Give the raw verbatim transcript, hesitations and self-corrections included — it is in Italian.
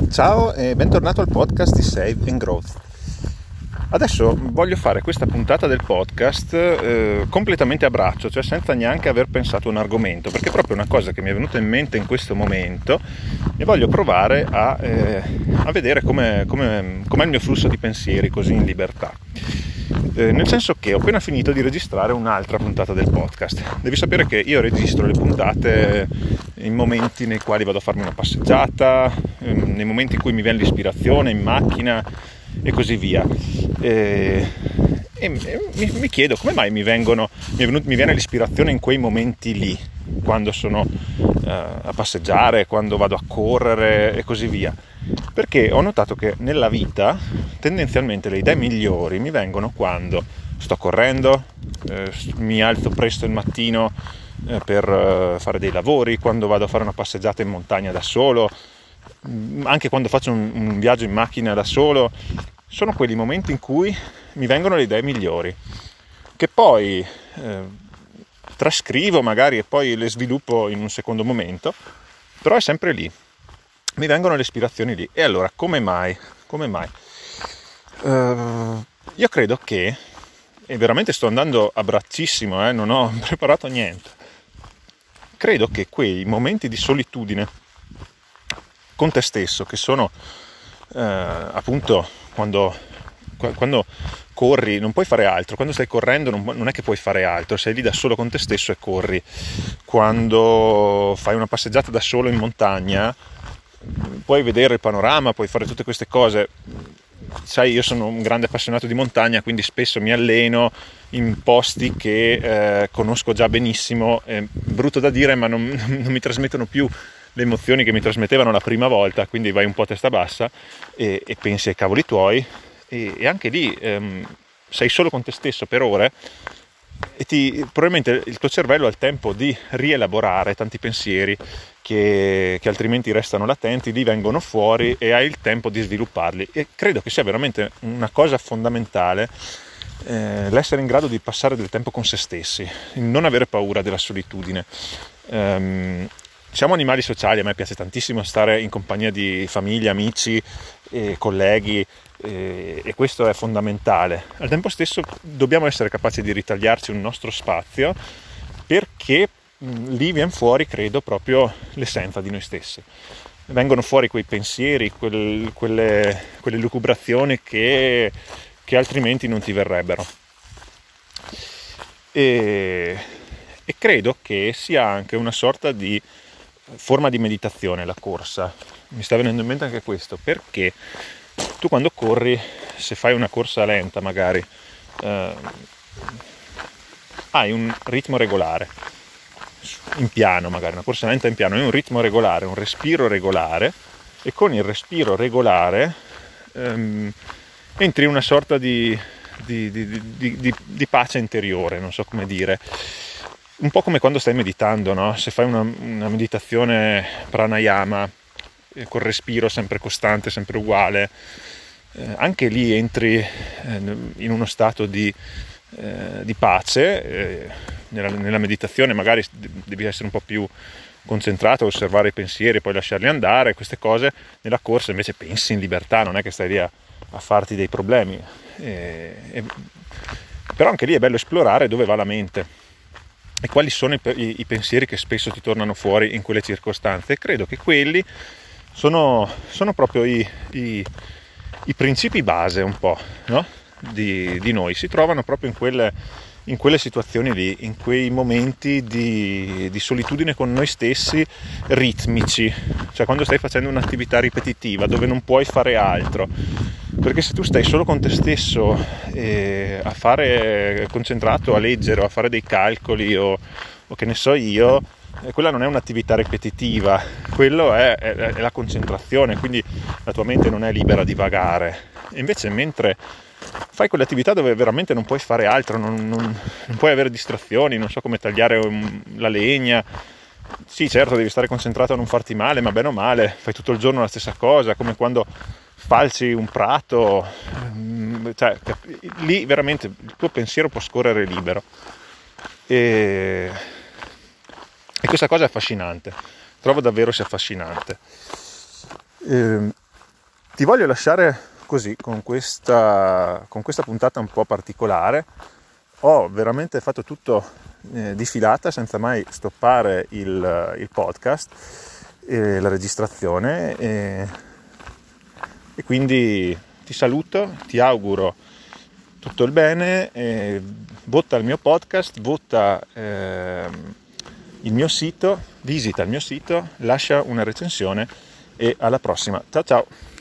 Ciao e bentornato al podcast di Save and Growth. Adesso voglio fare questa puntata del podcast eh, completamente a braccio, cioè senza neanche aver pensato un argomento, perché è proprio una cosa che mi è venuta in mente in questo momento e voglio provare a, eh, a vedere come com'è il mio flusso di pensieri così in libertà. Eh, nel senso che ho appena finito di registrare un'altra puntata del podcast. Devi sapere che io registro le puntate in momenti nei quali vado a farmi una passeggiata, ehm, nei momenti in cui mi viene l'ispirazione, in macchina e così via. E, e, e mi, mi chiedo come mai mi vengono mi, è venuto, mi viene l'ispirazione in quei momenti lì, quando sono uh, a passeggiare, quando vado a correre e così via. Perché ho notato che nella vita tendenzialmente le idee migliori mi vengono quando sto correndo, eh, mi alzo presto il mattino eh, per eh, fare dei lavori, quando vado a fare una passeggiata in montagna da solo, anche quando faccio un, un viaggio in macchina da solo. Sono quelli momenti in cui mi vengono le idee migliori, che poi eh, trascrivo magari e poi le sviluppo in un secondo momento, però è sempre lì. Mi vengono le ispirazioni lì. E allora, come mai? Come mai? Uh, io credo che, e veramente sto andando a braccissimo, eh, non ho preparato niente, credo che quei momenti di solitudine con te stesso, che sono uh, appunto quando, quando corri, non puoi fare altro, quando stai correndo non, non è che puoi fare altro, sei lì da solo con te stesso e corri. Quando fai una passeggiata da solo in montagna, puoi vedere il panorama, puoi fare tutte queste cose. Sai, io sono un grande appassionato di montagna, quindi spesso mi alleno in posti che eh, conosco già benissimo. È brutto da dire, ma non, non mi trasmettono più le emozioni che mi trasmettevano la prima volta, quindi vai un po' a testa bassa e, e pensi ai cavoli tuoi, e, e anche lì ehm, sei solo con te stesso per ore e ti, probabilmente il tuo cervello ha il tempo di rielaborare tanti pensieri che, che altrimenti restano latenti, lì vengono fuori e hai il tempo di svilupparli. E credo che sia veramente una cosa fondamentale eh, l'essere in grado di passare del tempo con se stessi, il non avere paura della solitudine. Um, siamo animali sociali, a me piace tantissimo stare in compagnia di famiglia, amici e colleghi, e, e questo è fondamentale. Al tempo stesso dobbiamo essere capaci di ritagliarci un nostro spazio, perché lì viene fuori, credo, proprio l'essenza di noi stessi. Vengono fuori quei pensieri, quel, quelle, quelle lucubrazioni che, che altrimenti non ti verrebbero. E, e credo che sia anche una sorta di forma di meditazione la corsa. Mi sta venendo in mente anche questo, perché tu quando corri, se fai una corsa lenta magari, eh, hai un ritmo regolare, in piano magari, una corsa lenta in piano, hai un ritmo regolare, un respiro regolare, e con il respiro regolare ehm, entri in una sorta di, di, di, di, di, di pace interiore, non so come dire. Un po' come quando stai meditando, no? Se fai una, una meditazione pranayama, eh, col respiro sempre costante, sempre uguale, eh, anche lì entri eh, in uno stato di, eh, di pace. Eh, nella, nella meditazione magari devi essere un po' più concentrato, osservare i pensieri e poi lasciarli andare, queste cose. Nella corsa invece pensi in libertà, non è che stai lì a, a farti dei problemi. Eh, eh, però anche lì è bello esplorare dove va la mente e quali sono i, i, i pensieri che spesso ti tornano fuori in quelle circostanze. E credo che quelli sono, sono proprio i, i, i principi base un po', no? di, di noi, si trovano proprio in quelle, in quelle situazioni lì, in quei momenti di, di solitudine con noi stessi, ritmici, cioè quando stai facendo un'attività ripetitiva dove non puoi fare altro. Perché se tu stai solo con te stesso eh, a fare concentrato, a leggere o a fare dei calcoli o, o che ne so io, eh, quella non è un'attività ripetitiva, quello è, è, è la concentrazione, quindi la tua mente non è libera di vagare. E invece mentre fai quell'attività dove veramente non puoi fare altro, non, non, non puoi avere distrazioni, non so come tagliare un, la legna, sì certo devi stare concentrato a non farti male, ma bene o male fai tutto il giorno la stessa cosa, come quando falci un prato, cioè lì veramente il tuo pensiero può scorrere libero e, e questa cosa è affascinante, trovo davvero sia affascinante. E, Ti voglio lasciare così, con questa, con questa puntata un po' particolare. Ho veramente fatto tutto eh, di filata senza mai stoppare il, il podcast, eh, la registrazione e, e quindi ti saluto, ti auguro tutto il bene, eh, vota il mio podcast, vota eh, il mio sito, visita il mio sito, lascia una recensione e alla prossima. Ciao ciao!